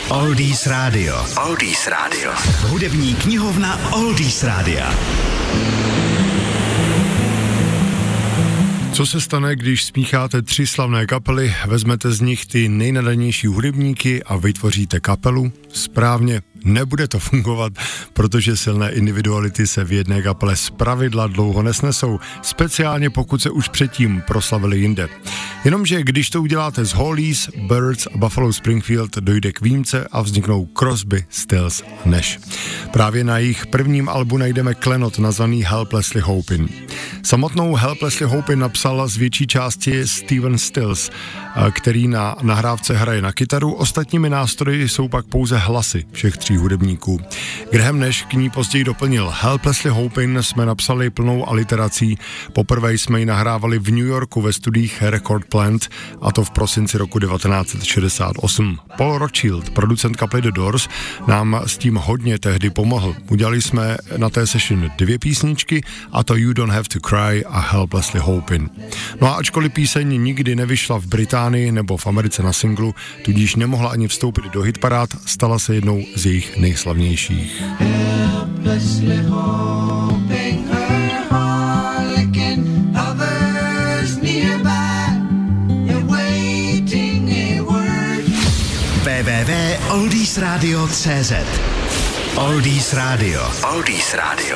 Oldies Radio. Oldies Radio. Hudební knihovna Oldies Rádia. Co se stane, když smícháte 3 slavné kapely, vezmete z nich ty nejnadanější hudebníky a vytvoříte kapelu? Správně, nebude to fungovat, protože silné individuality se v jedné kapele zpravidla dlouho nesnesou, speciálně pokud se už předtím proslavili jinde. Jenomže když to uděláte z Hollies, Byrds a Buffalo Springfield, dojde k výjimce a vzniknou Crosby, Stills a Nash. Právě na jejich prvním albu najdeme klenot nazvaný Helplessly Hopin'. Samotnou Helplessly Hopin' napsal z větší části Stephen Stills, který na nahrávce hraje na kytaru, ostatními nástroji jsou pak pouze hlasy všech 3 hudebníků. Graham Nash k ní později doplnil: Helplessly Hopin' jsme napsali plnou aliterací, poprvé jsme ji nahrávali v New Yorku ve studiích Record Plant, a to v prosinci roku 1968. Paul Rothschild, producent kapely The Doors, nám s tím hodně tehdy pomohl. Udělali jsme na té session 2 písničky, a to You Don't Have to Cry a Helplessly Hopin'. No a ačkoliv píseň nikdy nevyšla v Británii nebo v Americe na singlu, tudíž nemohla ani vstoupit do hitparád, stala se jednou z jejich nejslavnějších. www.oldiesradio.cz Oldies Radio. Oldies Radio.